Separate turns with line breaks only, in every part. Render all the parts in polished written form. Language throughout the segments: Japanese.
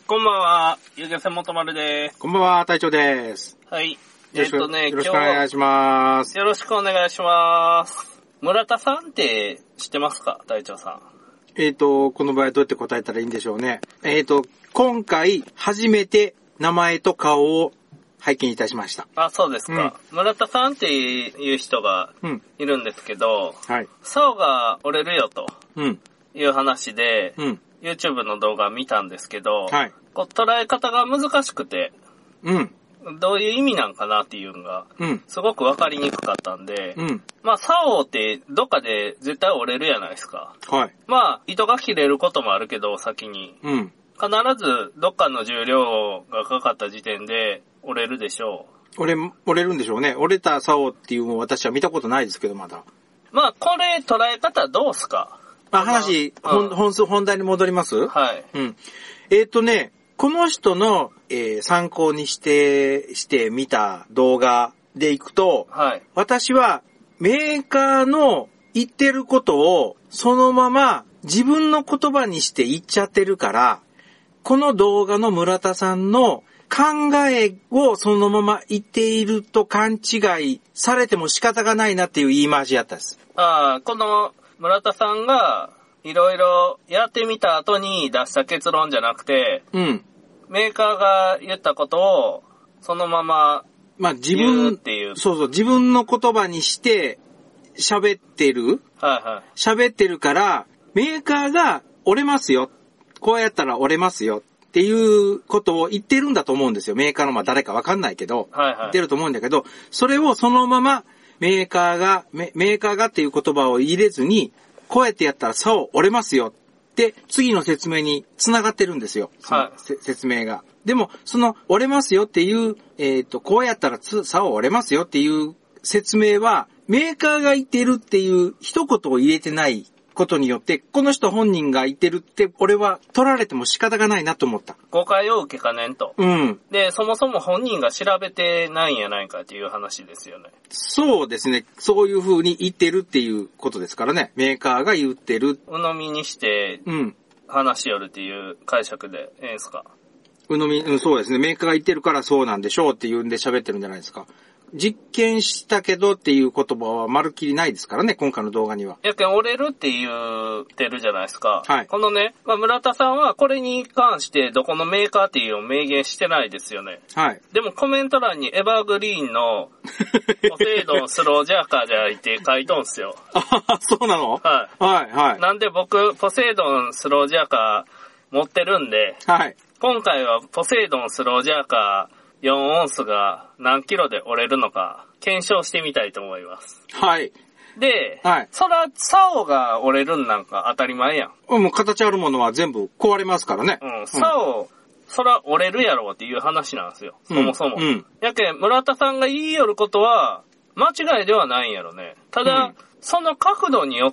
こんばんは、ゆうげせもとまるです。
こんばんは、隊長です。
はい。
よろしくお願いします。
よろしくお願いします。村田さんって知ってますか、隊長さん。
この場合どうやって答えたらいいんでしょうね。今回、初めて名前と顔を拝見いたしました。
あ、そうですか。村田さんっていう人がいるんですけど、
はい。
竿が折れるよという話で、YouTube の動画見たんですけど、
はい。
こう捉え方が難しくて、どういう意味なんかなっていうのが、すごくわかりにくかったんで、まあ、竿ってどっかで絶対折れるやないですか。
はい。
まあ、糸が切れることもあるけど、先に。必ずどっかの重量がかかった時点で折れるでしょ
う。折れるんでしょうね。折れた竿っていうのを私は見たことないですけど、まだ。
まあ、これ捉え方どうすか？
本題に戻ります？
はい。
この人の、参考にして見た動画でいくと、
はい。
私はメーカーの言ってることをそのまま自分の言葉にして言っちゃってるから、この動画の村田さんの考えをそのまま言っていると勘違いされても仕方がないなっていう言い回しやったんです。
この村田さんがいろいろやってみた後に出した結論じゃなくて、メーカーが言ったことをそのまま言うっていう。
自分の言葉にして喋ってる。喋ってるから、メーカーが折れますよ。こうやったら折れますよっていうことを言ってるんだと思うんですよ。メーカーの誰かわかんないけど、言ってると思うんだけど、それをそのままメーカーがっていう言葉を入れずに、こうやってやったら竿折れますよって次の説明に繋がってるんですよ。説明が。でも、その折れますよっていう、こうやったら竿折れますよっていう説明は、メーカーが言ってるっていう一言を入れてないことによって、この人本人が言ってるって、俺は取られても仕方がないなと思った。
誤解を受けかねんと。で、そもそも本人が調べてないんやないかっていう話ですよね。
そうですね。そういう風に言ってるっていうことですからね。メーカーが言ってる。
鵜呑みにして、話しよるっていう解釈でええんすか？
鵜呑み、そうですね。メーカーが言ってるからそうなんでしょうっていうんで喋ってるんじゃないですか。実験したけどっていう言葉はまるっきりないですからね、今回の動画には。
やけん折れるって言ってるじゃないですか。
はい。
このね、村田さんはこれに関してどこのメーカーっていうのを明言してないですよね。
はい。
でもコメント欄にエバーグリーンのポセイドンスロージャーカーじゃいて書いとんすよ。
そうなの？
はい。
はい、はい。
なんで僕、ポセイドンスロージャーカー持ってるんで、
はい。
今回はポセイドンスロージャーカー、4オンスが何キロで折れるのか検証してみたいと思います。
はい。
で、
はい。
そら、竿が折れるんなんか当たり前やん。
もう形あるものは全部壊れますからね。
竿、そら折れるやろうっていう話なんですよ。そもそも。やけん、村田さんが言いよることは、間違いではないんやろね。ただ、その角度によって、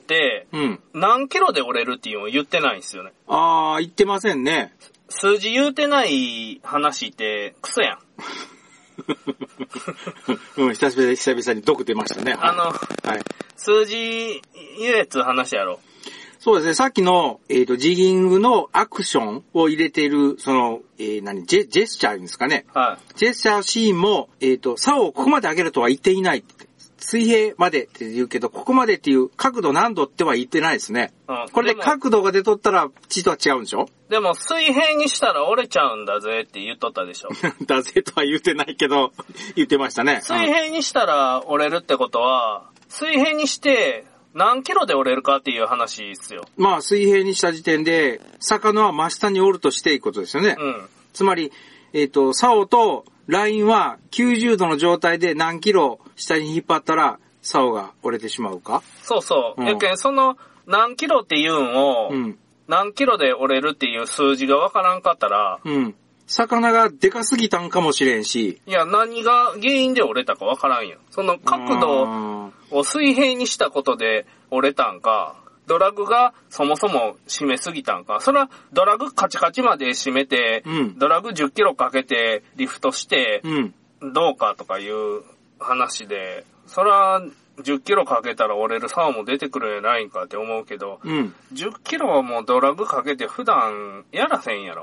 何キロで折れるっていうのを言ってないんですよね。
言ってませんね。
数字言うてない話ってクソやん。
久々に毒出ましたね。はい。
数字言えつ話やろ。
そうですね。さっきの、ジギングのアクションを入れている、その、ジェスチャーですかね。
はい。
ジェスチャーシーンも、竿をここまで上げるとは言っていない。水平までって言うけど、ここまでっていう角度何度っては言ってないですね。これで角度が出とったら、ちとは違うんでしょ？
でも、水平にしたら折れちゃうんだぜって言っとったでしょ。
だぜとは言ってないけど、言ってましたね。
水平にしたら折れるってことは、水平にして何キロで折れるかっていう話ですよ。
まあ、水平にした時点で、魚は真下に折るとしていいことですよね。つまり、竿とラインは90度の状態で何キロ下に引っ張ったら、竿が折れてしまうか？
そうそう。やけん、その何キロっていうんを、何キロで折れるっていう数字がわからんかったら、
魚がでかすぎたんかもしれんし。
いや、何が原因で折れたかわからんよ。その角度を水平にしたことで折れたんか、ドラグがそもそも締めすぎたんか。それはドラグカチカチまで締めて、ドラグ10キロかけてリフトして、どうかとかいう話で、それは10キロかけたら折れる竿も出てくるんやないんかって思うけど、10キロはもうドラグかけて普段やらせんやろ。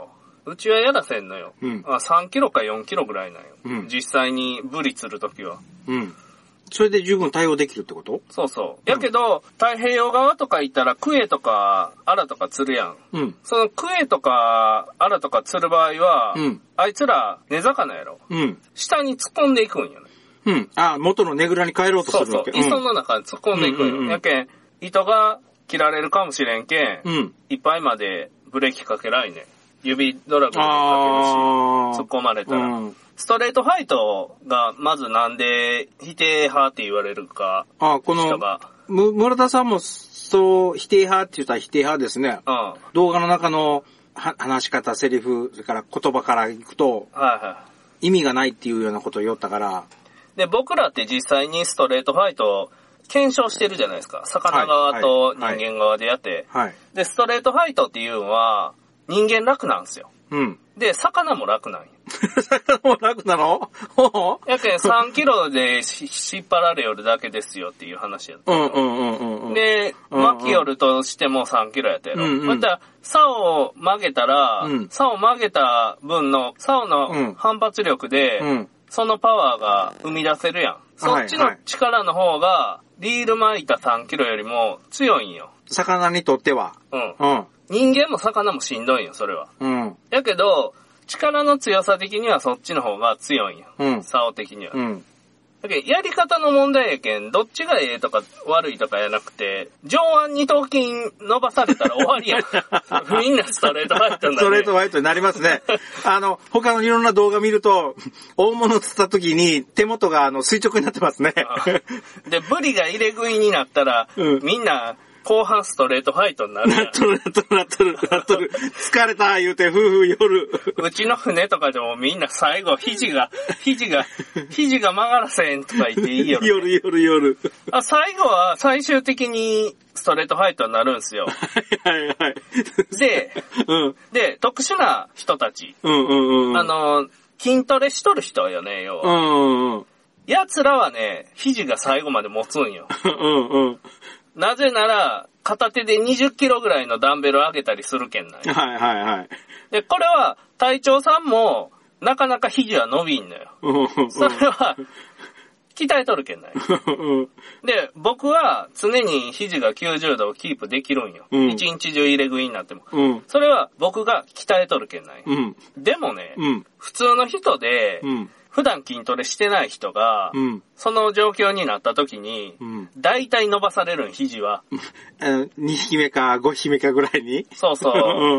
うちはやらせんのよ。
うん。
3キロか4キロぐらいなんよ。
うん。
実際にブリ釣るときは。
うん。それで十分対応できるってこと？
そうそう。やけど、太平洋側とか行ったらクエとかアラとか釣るやん。
うん。
そのクエとかアラとか釣る場合は、
うん。
あいつら根魚やろ。
うん。
下に突っ込んでいくんよね。
うん。元のねぐらに帰ろうとするわけ。
そうそう。磯の中に突っ込んでいくんよ。やけん、糸が切られるかもしれんけん、
うん。
いっぱいまでブレーキかけらいね。指ドラグでもかけるし、突っ込まれたら。ストレートファイトがまずなんで否定派って言われるか。
この、村田さんもそう、否定派って言ったら否定派ですね。
うん。
動画の中の話し方、セリフ、それから言葉からいくと、
はいはい。
意味がないっていうようなことを言ったから。
で、僕らって実際にストレートファイトを検証してるじゃないですか。魚側と人間側でやって。
はい。
で、ストレートファイトっていうのは、人間楽なんですよ。
うん。
で、魚も楽なんよ。
魚も楽なの？
やけん3キロで引っ張られよるだけですよっていう話やった。で、巻きよるとしても3キロやったやろ。また、竿を曲げたら、竿を曲げた分の、竿の反発力で、そのパワーが生み出せるやん。そっちの力の方が、リール巻いた3キロよりも強いんよ。
魚にとっては。
人間も魚もしんどいんよ、それは。やけど、力の強さ的にはそっちの方が強いんよ。竿的には。だけどやり方の問題やけん、どっちがええとか悪いとかやなくて、上腕二頭筋伸ばされたら終わりやん。みんなストレートファイトになる、ね。ストレート
ファイトになりますね。他のいろんな動画見ると、大物釣った時に手元が垂直になってますね。
で、ブリが入れ食いになったら、みんな、後半ストレートファイトになるやん。
なっとる。疲れた言うて、夜。
うちの船とかでもみんな最後、肘が曲がらせんとか言っていいよ、ね。
夜。
最後は最終的にストレートファイトになるんすよ。
はい。
で、特殊な人たち。筋トレしとる人よね、要。奴らはね、肘が最後まで持つんよ。なぜなら、片手で20キロぐらいのダンベルを上げたりするけんない。
はい。
で、これは、隊長さんも、なかなか肘は伸びんのよ。それは、鍛えとるけんない。で、僕は常に肘が90度をキープできるんよ。一日中入れ食いになっても。それは僕が鍛えとるけんない。でもね、普通の人で、普段筋トレしてない人が、その状況になった時に、大体伸ばされるん、肘は。
2匹目か5匹目かぐらいに？
そうそう。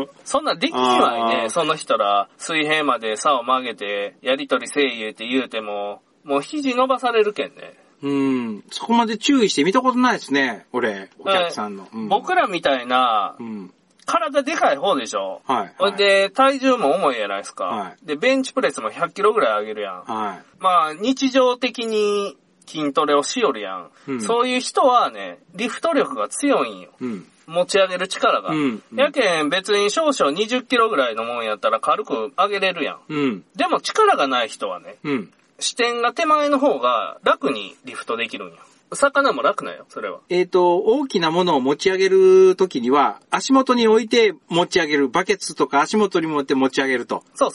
そんなできんわいね、その人ら、水平まで竿を曲げて、やりとりせい言うても、もう肘伸ばされるけんね。
そこまで注意して見たことないですね、俺、お客さんの。
僕らみたいな、体でかい方でしょ。
はい。
で、体重も重いやないですか。で、ベンチプレスも100キロぐらい上げるやん。まあ、日常的に筋トレをしよるやん。そういう人はね、リフト力が強いんよ。持ち上げる力が。やけん、別に少々20キロぐらいのもんやったら軽く上げれるやん。でも力がない人はね、視点が手前の方が楽にリフトできるんよ。魚も楽なんよ、それは。
大きなものを持ち上げるときには、足元に置いて持ち上げる。バケツとか足元に持って持ち上げると。
そう。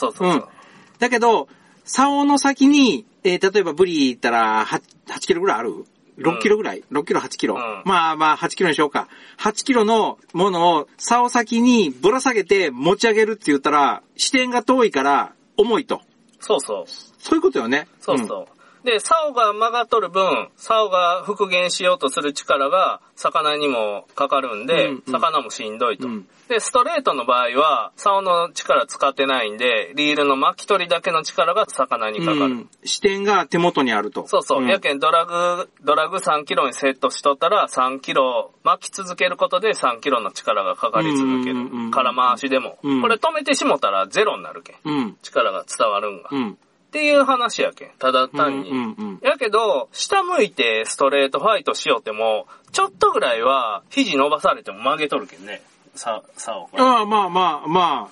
だけど、竿の先に、例えばブリ言ったら8キロぐらいある ?6 キロぐらい、6キロ、8キロ。まあ、8キロにしようか。8キロのものを竿先にぶら下げて持ち上げるって言ったら、視点が遠いから重いと。
そう。
そういうことよね。
そう。で、竿が曲がっとる分、竿が復元しようとする力が魚にもかかるんで、魚もしんどいと。で、ストレートの場合は、竿の力使ってないんで、リールの巻き取りだけの力が魚にかかる。
視点が手元にあると。
そう。やけんドラグ3キロにセットしとったら、3キロ巻き続けることで3キロの力がかかり続ける。空回しでも。これ止めてしもたらゼロになるけん。力が伝わるんが。っていう話やけん。ただ単に。やけど、下向いてストレートファイトしようても、ちょっとぐらいは肘伸ばされても曲げとるけんね。竿が。
まあ。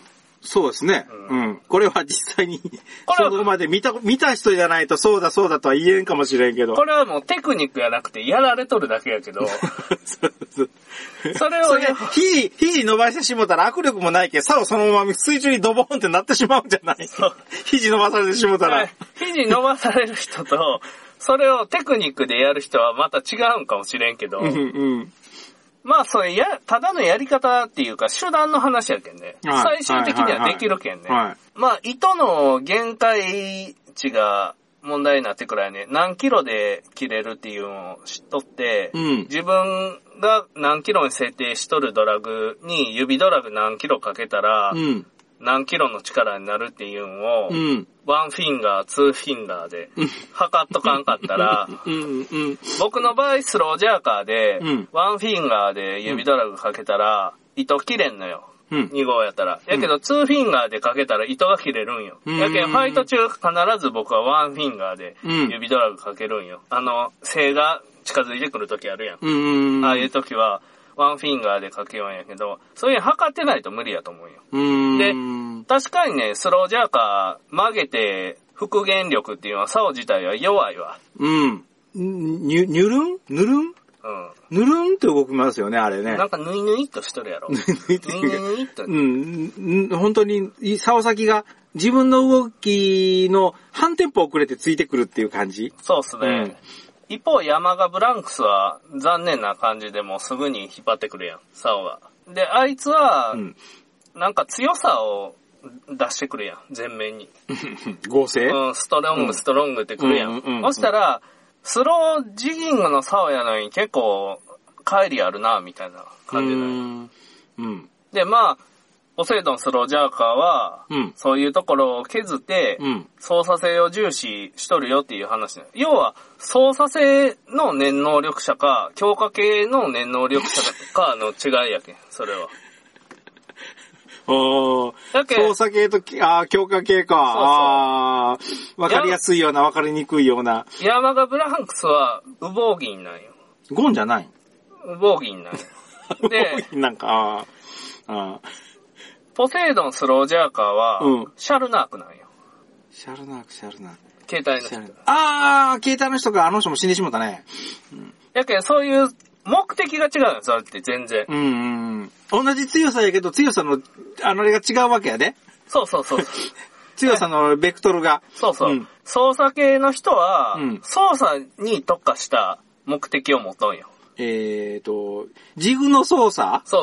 そうですね。うん。これは実際に、そこまで見た人じゃないとそうだとは言えんかもしれんけど。
これはもうテクニックやなくてやられとるだけやけど。それを
肘伸ばしてしもたら握力もないけど、竿そのまま水中にドボンってなってしまうんじゃない？肘伸ばされてしもたら。
肘伸ばされる人と、それをテクニックでやる人はまた違うんかもしれんけど。まあそれただのやり方っていうか手段の話やけんね。最終的にはできるけんね。まあ糸の限界値が問題になってくらいね、何キロで切れるっていうのを知っとって、自分が何キロに設定しとるドラグに指ドラグ何キロかけたら、何キロの力になるっていうのを、ワンフィンガー、ツーフィンガーで測っとかんかったら、僕の場合スロージャーカーで、ワンフィンガーで指ドラグかけたら、糸切れんのよ。2号やったら。やけど、2フィンガーでかけたら糸が切れるんよ。やけん、ファイト中必ず僕は1フィンガーで指ドラグかけるんよ。背が近づいてくるときあるやん。ああいうときは、1フィンガーでかけようんやけど、そういうの測ってないと無理やと思うよ。で、確かにね、スロージャーカー曲げて復元力っていうのは竿自体は弱いわ。
ぬるんぬるんって動きますよね、あれね。
なんかぬいぬいっとしとるやろ。ぬいぬいっと。
本当に、竿先が自分の動きの半テンポ遅れてついてくるっていう感じ。
そうっすね。一方、ヤマガブランクスは残念な感じでもうすぐに引っ張ってくるやん、竿が。で、あいつは、なんか強さを出してくるやん、前面に。
合成？
ストロングってくるやん。そしたら、スロージギングの竿やのに結構乖離あるな、みたいな感じなの。で、まあ、ポセイドンスロージャーカーは、そういうところを削って、操作性を重視しとるよっていう話ね。要は、操作性の念能力者か、強化系の念能力者かの違いやけん、それは。
操作系と、強化系か。わかりやすいような、わかりにくいような。
ヤマガブランクスは、ウボウギンなんよ。
ゴンじゃない？
ウボウギンなんよ。
で、なんか、
ポセイドンスロージャーカーは、シャルナークなんよ。
シャルナーク。
携帯の人。
携帯の人があの人も死んでしまったね。
やけん、そういう目的が違うよ、それって全然。
同じ強さやけど、強さの、あれが違うわけやで。
そう。
強さのベクトルが。
そう。操作系の人は、操作に特化した目的を持とんよ。
ジグの操作？
そう。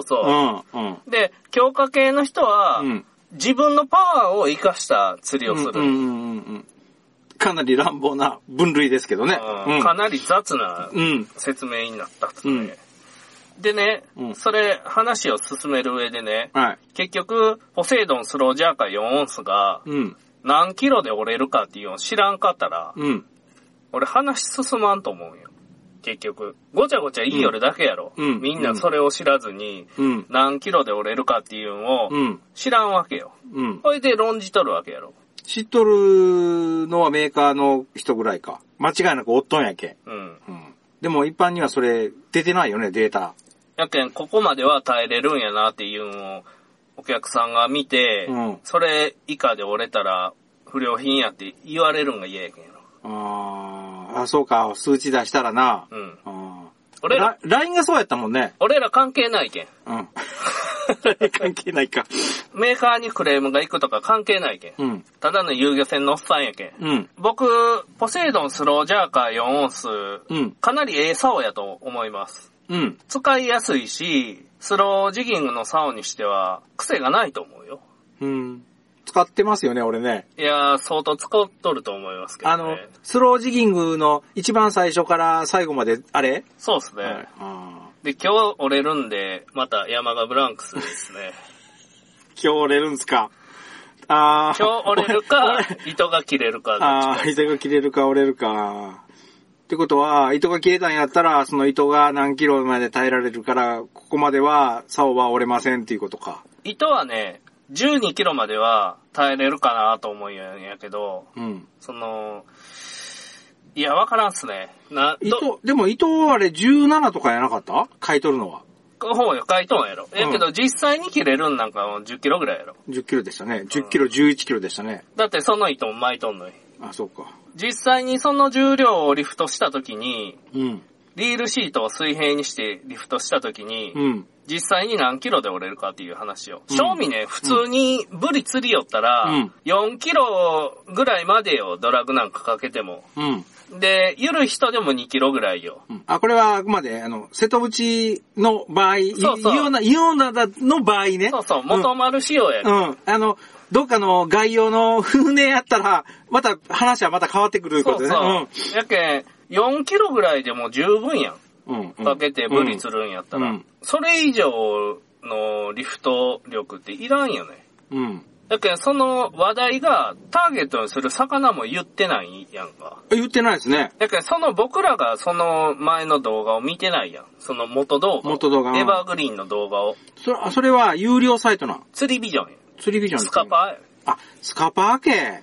で、強化系の人は、自分のパワーを活かした釣りをする。
かなり乱暴な分類ですけどね。
かなり雑な説明になったとね。でね、それ話を進める上でね、結局、ポセイドンスロージャーカー4オンスが、何キロで折れるかっていうのを知らんかったら、俺話進まんと思うよ。結局。ごちゃごちゃ言いよるだけやろ。みんなそれを知らずに、何キロで折れるかっていうのを知らんわけよ。これで論じとるわけやろ。
知っとるのはメーカーの人ぐらいか。間違いなくおっとんやけ。でも一般にはそれ出てないよね、データ。
やけん、ここまでは耐えれるんやなっていうのをお客さんが見て、それ以下で折れたら不良品やって言われるんが嫌やけんやろ。
そうか、数値出したらな。俺ら、LINE がそうやったもんね。
俺ら関係ないけん。
関係ないか。
メーカーにクレームが行くとか関係ないけん。ただの遊漁船のおっさんやけん。僕、ポセイドンスロージャーカー4オンス、かなり竿やと思います。使いやすいし、スロージギングの竿にしては癖がないと思うよ。
使ってますよね、俺ね。
いやー、相当使っとると思いますけどね。
スロージギングの一番最初から最後まで、あれ？
そうですね。で、今日折れるんで、またヤマガブランクスですね。
今日折れるんすか？
今日折れるか、糸が切れるか。
糸が切れるか折れるか。ってことは、糸が切れたんやったら、その糸が何キロまで耐えられるから、ここまでは、竿は折れませんっていうことか。
糸はね、12キロまでは耐えれるかなと思うんやけど、いや、わからんっすね。
でも糸あれ17とかやなかった？買い取るのは。
く方よ書いとんやろ。やけど実際に切れるんなんか10キロぐらいやろ。
10キロでしたね。10キロ、11キロでしたね。
だってその糸も巻いとんのよ。
あ、そうか。
実際にその重量をリフトしたときに、
うん。
リールシートを水平にしてリフトしたときに、
うん。
実際に何キロで折れるかっていう話を。正味ね、普通にブリ釣りよったら、4キロぐらいまでよ、ドラグなんかかけても。
うん。
で、ゆる人でも2キロぐらいよ。
あ、これはあくまで、瀬戸内の場合、
そうそう
イオナの場合ね。
そうそう、元丸仕様やね。
どっかの外洋の船やったら、また話はまた変わってくることでね。
そう。やけん、4キロぐらいでも十分やん。かけてブリ釣るんやったら、それ以上のリフト力っていらんよね。だけどその話題がターゲットにする魚も言ってないやんか。
言ってないですね。
だけど僕らがその前の動画を見てないやん。その元動画。エバーグリーンの動画を。
それは有料サイトなの？
釣りビジョンや。
釣りビジョン。
スカパーや。
あ、スカパー系。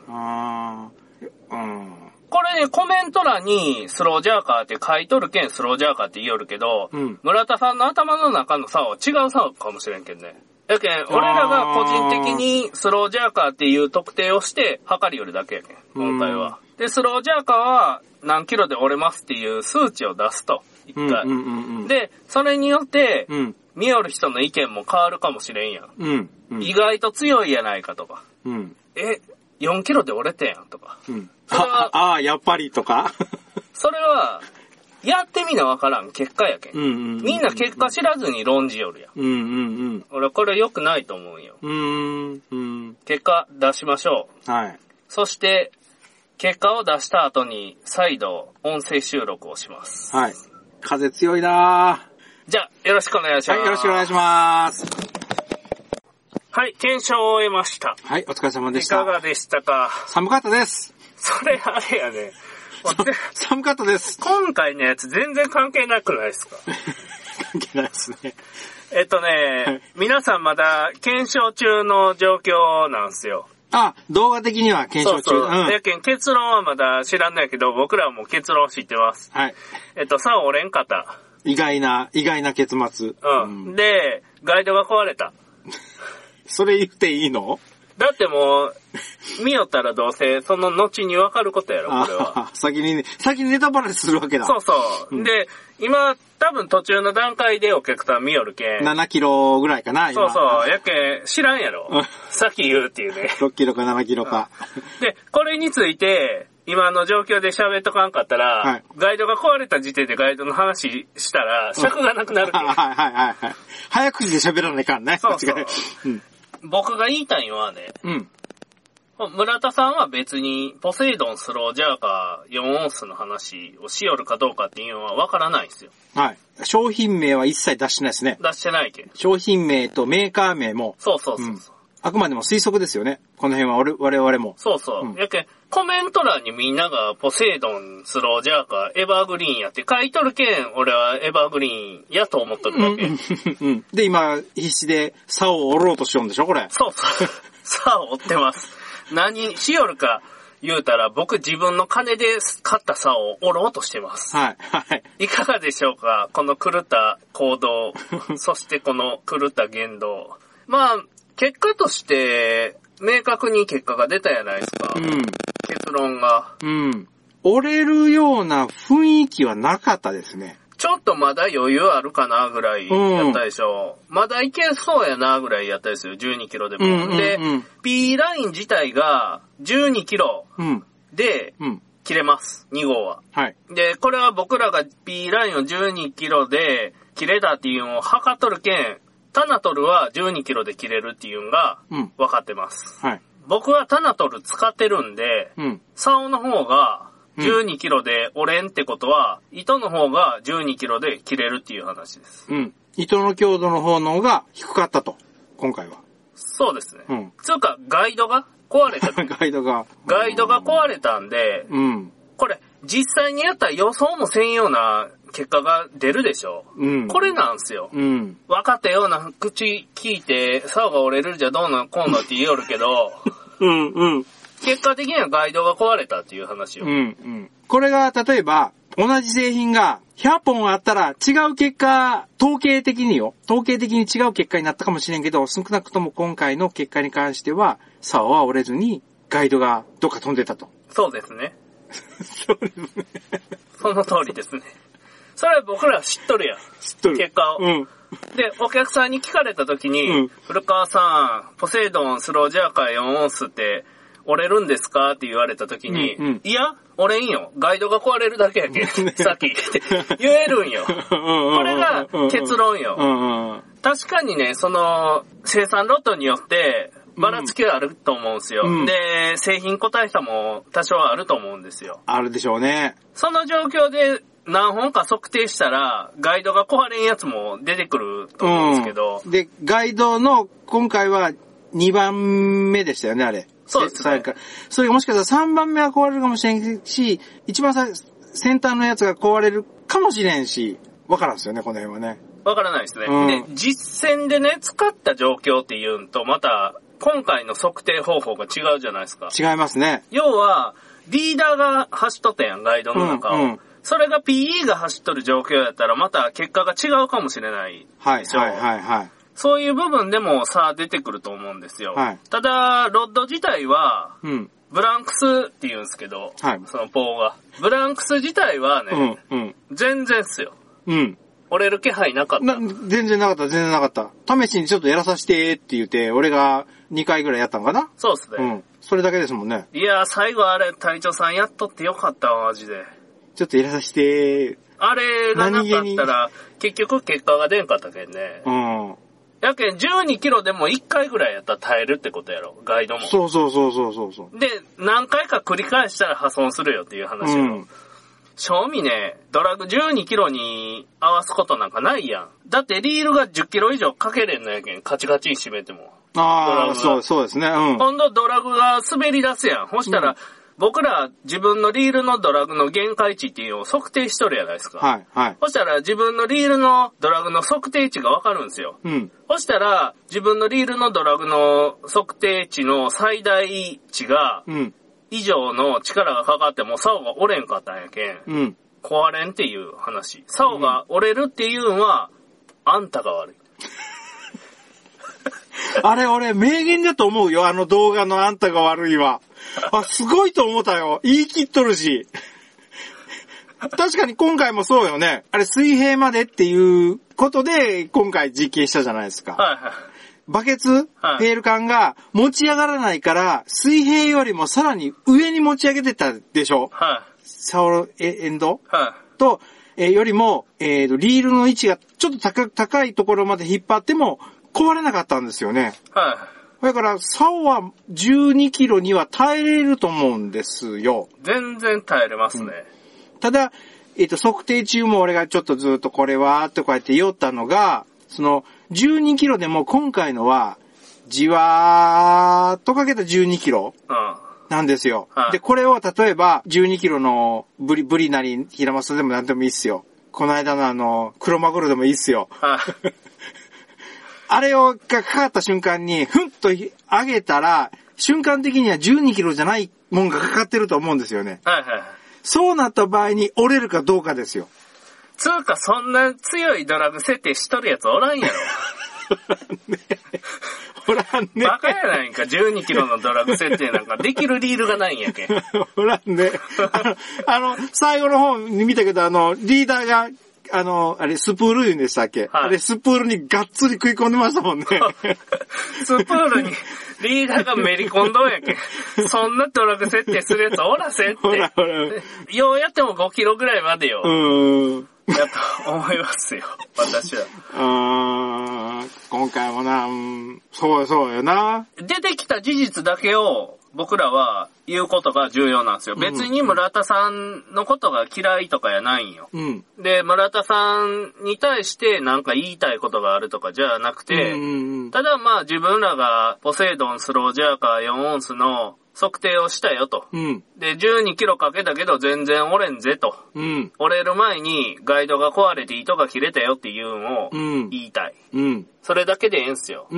これね、コメント欄にスロージャーカーって書いとるけんスロージャーカーって言いよるけど、村田さんの頭の中の竿は違う竿かもしれんけんね。やけん、俺らが個人的にスロージャーカーっていう特定をして測りよるだけやけん、今回は。で、スロージャーカーは何キロで折れますっていう数値を出すと、一回。で、それによって、見よる人の意見も変わるかもしれんやん。意外と強いやないかとか。4キロで折れてんやんとか。
やっぱりとか。
それは、やってみなわからん結果やけん。みんな結果知らずに論じよるやん。俺これ良くないと思うよ。結果出しましょう。
はい。
そして、結果を出した後に再度音声収録をします。
はい。風強いなぁ。
じゃあ、よろしくお願いします。
はい、よろしくお願いします。
はい、検証を終えました。
はい、お疲れ様でした。
いかがでしたか？
寒かったです。
それあれやね。
寒かったです。
今回のやつ全然関係なくないですか？
関係ないですね。
皆さんまだ検証中の状況なんですよ。
あ、動画的には検証中。
そう。やけん結論はまだ知らんないけど、僕らはもう結論知ってます。
はい。
竿折れんかった。
意外な結末。
で、ガイドが壊れた。
それ言っていいの？
だってもう、見よったらどうせ、その後に分かることやろ、これは。
先にネタバラシするわけだ。
そう。で、今、多分途中の段階でお客さん見よるけん。
7キロぐらいかな、
今。そう。やけん、知らんやろ。さっき言うっていうね。
6キロか7キロか。
で、これについて、今の状況で喋っとかんかったら、ガイドが壊れた時点でガイドの話したら、尺がなくなるけん。
はい。早口で喋らないかんね。
そう。僕が言いたいのはね、村田さんは別にポセイドンスロージャーカー4オンスの話をしよるかどうかっていうのはわからないんですよ。
はい。商品名は一切出してないですね。
出してないけん。
商品名とメーカー名も。
そう。
あくまでも推測ですよね。この辺は我々も。
そう。やけん、コメント欄にみんながポセイドンスロージャーカーエバーグリーンやって書いとるけん、俺はエバーグリーンやと思っとるわけ。
で、今、必死で竿を折ろうとしようんでしょ、これ。
そう。竿を折ってます。何しよるか言うたら、僕自分の金で買った竿を折ろうとしてます。
はい。
いかがでしょうか？この狂った行動、そしてこの狂った言動。まあ、結果として、明確に結果が出たやないですか。結論が。
折れるような雰囲気はなかったですね。
ちょっとまだ余裕あるかなぐらいやったでしょ。まだいけそうやなぐらいやったですよ。12キロでも。で、P ライン自体が12キロで切れます。2号は。
はい。
で、これは僕らが P ラインを12キロで切れたっていうのを測っとるけん、タナトルは12キロで切れるっていうのが分かってます。
はい。
僕はタナトル使ってるんで、竿の方が12キロで折れんってことは、糸の方が12キロで切れるっていう話です。
糸の強度の方の方が低かったと、今回は。
そうですね。つうか、ガイドが壊れた。
ガイドが
壊れたんで、これ、実際にやったら予想もせんような結果が出るでしょ。これなんすよ。分かったような口聞いて、竿が折れるじゃどうのこうのって言いよるけど、結果的にはガイドが壊れたっていう話を。
これが例えば同じ製品が 100本あったら違う結果、統計的に違う結果になったかもしれんけど、少なくとも今回の結果に関しては、竿は折れずにガイドがどっか飛んでたと。
そうですね。
そうですね。
その通りですね。それは僕ら知っとるやん。
知っとる。
結果を。
うん。
で、お客さんに聞かれた時に、古川さん、ポセイドンスロージャーカー4オンスって折れるんですかって言われた時に、いや、折れんよ。ガイドが壊れるだけやけん。さっき言えるんよ。これが結論よ。確かにね、その、生産ロットによって、ばらつきはあると思うんですよ。で、製品個体差も多少あると思うんですよ。
あるでしょうね。
その状況で何本か測定したら、ガイドが壊れんやつも出てくると思うんですけど。
で、ガイドの今回は2番目でしたよね、あれ。
そうですね。
それがもしかしたら3番目は壊れるかもしれんし、一番先端のやつが壊れるかもしれんし、わからんすよね、この辺はね。
わからないですね。で、実践でね、使った状況っていうんと、また、今回の測定方法が違うじゃないですか。
違いますね。
要は、リーダーが走っとったやん、ガイドの中を。それが PE が走っとる状況やったら、また結果が違うかもしれないでしょ。はい。そういう部分でも差出てくると思うんですよ。ただ、ロッド自体は、ブランクスって言うんですけど、そのポーが。ブランクス自体はね、全然っすよ。折れる気配なかった。
全然なかった。試しにちょっとやらさせてって言って、俺が2回ぐらいやったんかな？
そうっすね。
それだけですもんね。
いや、最後あれ、隊長さんやっとってよかったわ、マジで。
ちょっとやらさせて。
あれがなかったら、結局結果が出んかったけんね。やけん、12キロでも1回ぐらいやったら耐えるってことやろ、ガイドも。
そう。
で、何回か繰り返したら破損するよっていう話やろ。正味ね、ドラグ12キロに合わすことなんかないやん。だってリールが10キロ以上かけれんのやけん、カチカチに締めても。
そうですね。
今度ドラグが滑り出すやん。そしたら、僕ら自分のリールのドラグの限界値っていうのを測定しとるやないですか。そしたら自分のリールのドラグの測定値がわかるんですよ。そしたら自分のリールのドラグの測定値の最大値が、以上の力がかかっても竿が折れんかったんやけん。壊れんっていう話。竿が折れるっていうのは、あんたが悪い。
あれ俺名言だと思うよ、あの動画のあんたが悪いわ。すごいと思ったよ。言い切っとるし。確かに今回もそうよね。あれ水平までっていうことで今回実験したじゃないですか。バケツ、ペール缶が持ち上がらないから、水平よりもさらに上に持ち上げてたでしょ？竿エンドと、よりも、リールの位置がちょっと高いところまで引っ張っても壊れなかったんですよね。だから、竿は12キロには耐えれると思うんですよ。
全然耐えれますね。
ただ、測定中も俺がちょっとずっとこれは、とか言って言ったのが、その、12キロでも今回のは、じわーっとかけた12キロなんですよ。で、これを例えば、12キロのブリなり、ヒラマサでもなんでもいいっすよ。この間の黒マグロでもいいっすよ。あれがかかった瞬間に、ふんと上げたら、瞬間的には12キロじゃないもんがかかってると思うんですよね。そうなった場合に折れるかどうかですよ。
つうか、そんな強いドラグ設定しとるやつおらんやろ。
おらんね。
バカやないんか、12キロのドラグ設定なんかできるリールがないんやけん。
おらんね。最後の方に見たけど、リーダーが、あれ、スプール言うんでしたっけ？あれ、スプールにがっつり食い込んでましたもんね。
スプールにリーダーがめり込んどんやけん。そんなドラグ設定するやつおらせって。ようやっても5キロぐらいまでよ。やと思いますよ、私は。
今回もな、そうよな。
出てきた事実だけを僕らは言うことが重要なんですよ。別に村田さんのことが嫌いとかやないんよ。で、村田さんに対してなんか言いたいことがあるとかじゃなくて、ただまあ自分らがポセイドンスロージャーカー4オンスの測定をしたよと。で、12キロかけたけど全然折れんぜと。折れる前にガイドが壊れて糸が切れたよっていうのを言いたい。それだけでええんすよ。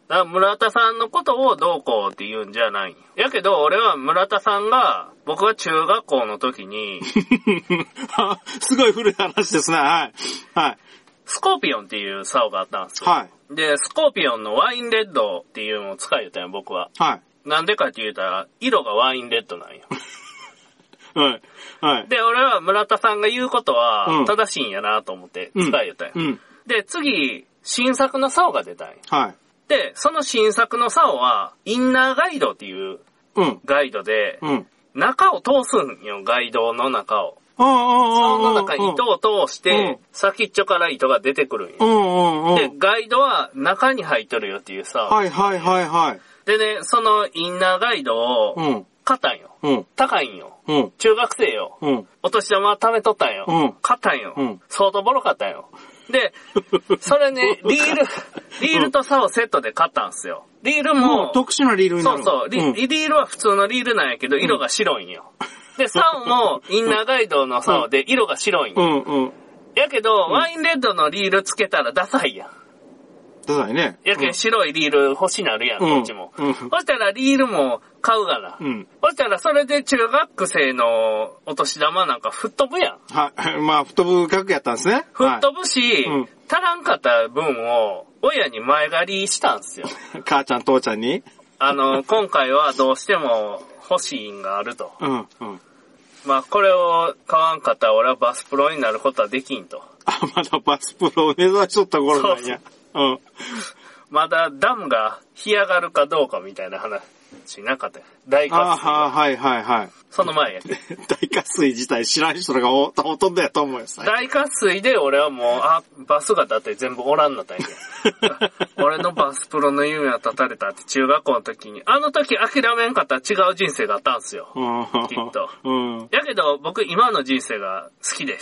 だから村田さんのことをどうこうって言うんじゃない。やけど俺は村田さんが、僕が中学校の時に、
すごい古い話ですね。はい。はい。
スコーピオンっていう竿があったんですよ。
はい。
で、スコーピオンのワインレッドっていうのを使いよったんよ、僕は。
はい。
なんでかって言うたら、色がワインレッドなんよ。
はい。はい。
で、俺は村田さんが言うことは正しいんやなと思って使いよったんよ。うんうん、で、次、新作の竿が出たんよ。はい。で、その新作の竿は、インナーガイドっていうガイドで、中を通すんよ、ガイドの中を。その中に糸を通して、先っちょから糸が出てくるんよ。で、ガイドは中に入っとるよっていうさ。
はいはいはいはい。
でね、そのインナーガイドを買ったんよ。高いんよ。中学生よ。お年玉貯めとったんよ。買ったんよ。相当ボロかったんよ。で、それね、リールと竿セットで買ったんすよ。リールも、
特殊なリールになる。
そうそう、リールは普通のリールなんやけど、色が白いんよ。で、竿も、インナーガイドの竿で色が白いんよ。やけど、ワインレッドのリールつけたらダサいやん。
ダサいね。
やけん白いリール欲しなるやん、こっちも。そしたらリールも買うがな。そしたらそれで中学生のお年玉なんか吹っ飛ぶやん。
はい、まあ、吹っ飛ぶ額やったんですね。
吹っ飛ぶし、足らんかった分を親に前借りしたんすよ。
母ちゃん父ちゃんに
今回はどうしても欲しいんがあると。まあ、これを買わんかったら俺はバスプロになることはできんと。
まだバスプロを目指しとった頃なんや。
まだダムが干上がるかどうかみたいな話なかったよ。大渇水。
はいはいはい。
その前や。
大渇水自体知らん人がほとんどやと思うよ。
大渇水で俺はもう、バスがだって全部おらんのだよ。俺のバスプロの夢は立たれたって中学校の時に、あの時諦めんかったら違う人生があったんすよ。きっと。やけど僕今の人生が好きです。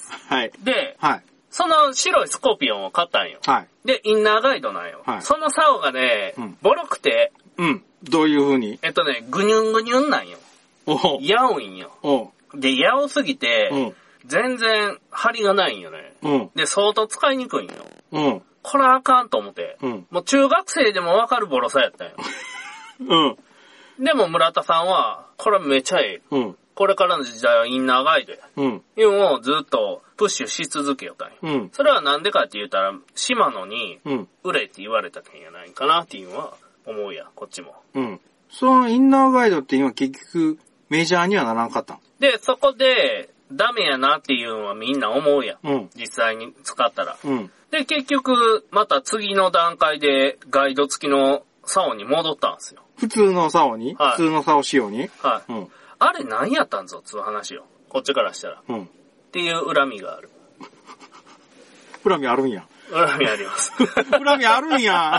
はい。
で、
はい。
その白いスコーピオンを買ったんよ。はい。で、インナーガイドなんよ。はい。その竿がね、ボロくて。
どういう風に
ぐにゅんぐにゅんなんよ。やおいんよ。で、やおすぎて、全然張りがないんよね。で、相当使いにくいんよ。これあかんと思って。もう中学生でもわかるボロさやったんよ。でも村田さんは、これめちゃええ。これからの時代はインナーガイドや。いうのをずっとプッシュし続けよったんよ。それはなんでかって言ったら、島野に売れって言われたけんやないかなっていうのは思うや、こっちも。
そのインナーガイドって今結局メジャーにはならんかったん
で、そこでダメやなっていうのはみんな思うやん。実際に使ったら。で、結局また次の段階でガイド付きの竿に戻ったんですよ。
普通の竿に、普通の竿仕様に
はい。あれ何やったんぞ、つう話よ。こっちからしたら。っていう恨みがある。
恨みあるんや。
恨みあります。
恨みあるんや。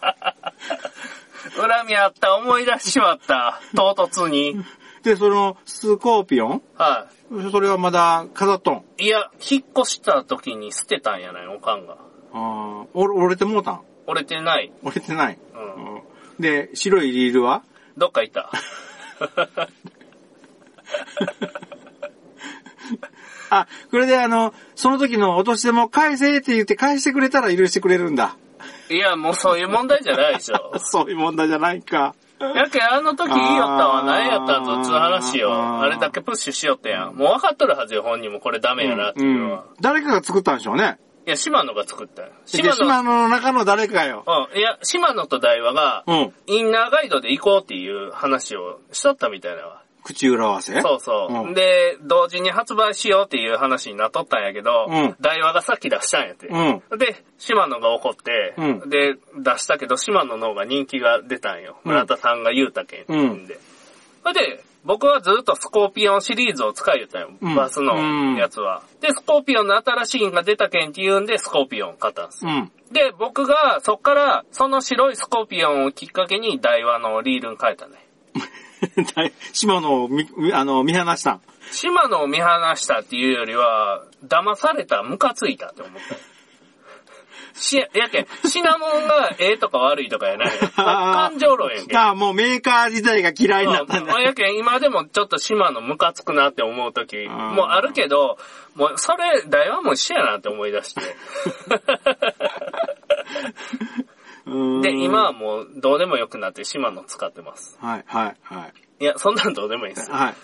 恨みあった、思い出しちまった、唐突に。
で、その、スコーピオン
はい。
それはまだ飾っとん？
いや、引っ越した時に捨てたんやない、おかんが。
折れてもうたん？
折れてない。
折れてない。で、白いリールは？
どっか行った。
これでその時のお年玉返せって言って返してくれたら許してくれるんだ。
いや、もうそういう問題じゃないでしょ。
そういう問題じゃないか。
やけあの時言いよったわ、何やったんぞ、つう話よ。あれだけプッシュしよったやん。もう分かっとるはずよ、本人もこれダメやなっていうのは。
誰かが作ったんでしょうね。
いや、島野が作ったよ。
島野の中の誰かよ。
いや、島野と大和が、インナーガイドで行こうっていう話をしとったみたいなわ。
口裏合わせ？
そうそう。で、同時に発売しようっていう話になっとったんやけど、大和がさっき出したんやて。で、島野が怒って、で、出したけど、島野の方が人気が出たんよ。村田さんが言うたけんで。それで、僕はずっとスコーピオンシリーズを使いよったよ。バスのやつは。で、スコーピオンの新しいのが出たけんって言うんで、スコーピオン買ったんです。で、僕がそっから、その白いスコーピオンをきっかけに、大和のリールに変えたね。
島野を見放したん？
島野を見放したっていうよりは、騙された、ムカついたって思った。やけん、シナモンがええとか悪いとかやない。感情論やけん。
もうメーカー自体が嫌いになったんだ。
やけん、今でもちょっと島野ムカつくなって思うときもあるけど、もうそれ、大和も一緒やなって思い出して。 で、今はもうどうでもよくなってシマノ使ってます。
はい、はい、はい。
いや、そんなんどうでもいいです。
はい。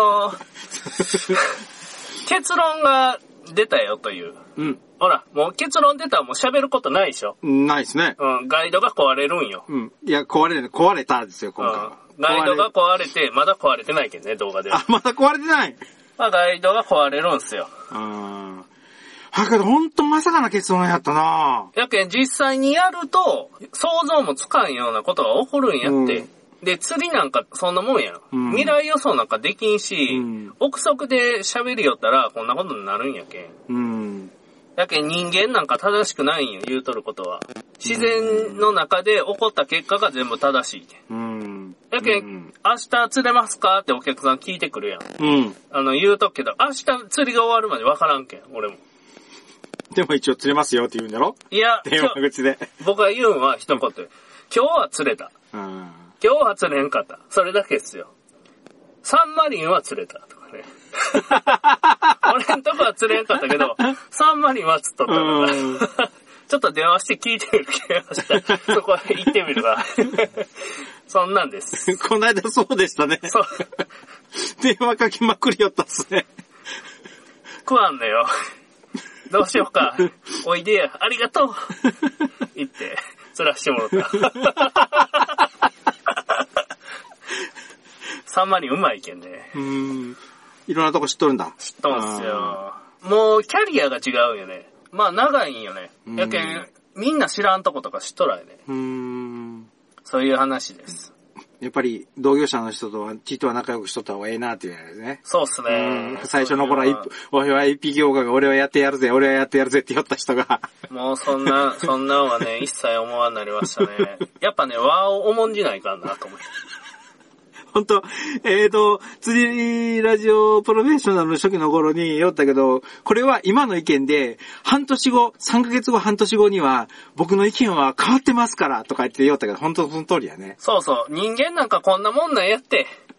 結論が出たよという。
うん。
ほら、もう結論出たらもう喋ることないでしょ。
ないですね。
うん、ガイドが壊れるんよ。
うん。いや、壊れたんですよ、今回は。
ガイドが壊れて、まだ壊れてないけどね、動画では。
あ、まだ壊れてない。
まあ、ガイドが壊れるんすよ。
だけど、ほんとまさかな結論やったな
やけん、実際にやると、想像もつかんようなことが起こるんやって。で、釣りなんかそんなもんやん。未来予想なんかできんし、憶測で喋りよったらこんなことになるんやけん。やけん人間なんか正しくないんよ、言うとることは。自然の中で起こった結果が全部正しいけん。やけん、明日釣れますかってお客さん聞いてくるやん。言うとくけど、明日釣りが終わるまでわからんけん、俺も。
でも一応釣れますよって言うんだろ？
いや、
電話口で。
僕が言うんは一言。今日は釣れた。今日は釣れんかった。それだけですよ。サンマリンは釣れた。とかね。俺んとこは釣れんかったけど、サンマリンは釣っとったから。ちょっと電話して聞いてみる気がした。そこへ行ってみるわ。そんなんです。
この間そうでしたね。そう。電話かけまくりよったっすね。
食わんのよ。どうしようか。おいでや。ありがとう。言って、釣らしてもらった。サンマリンうまいけんね。
いろんなとこ知っとるんだ。
知っとんすよ。もうキャリアが違うよね。まあ長いんよね。やけん、みんな知らんとことか知っとらんよね。そういう話です。
やっぱり同業者の人とは、ちとは仲良くしとった方がええなっていうやつね。
そうっすね。
最初の頃は、俺は一匹業界が俺はやってやるぜって言った人が。
もうそんなんはね、一切思わんなりましたね。やっぱね、和を重んじないかんなと思って。
本当釣りラジオプロフェッショナルの初期の頃に言ったけど、これは今の意見で、3ヶ月後、半年後には、僕の意見は変わってますから、とか言って言ったけど、本当その通りやね。
そうそう。人間なんかこんなもんなんやって。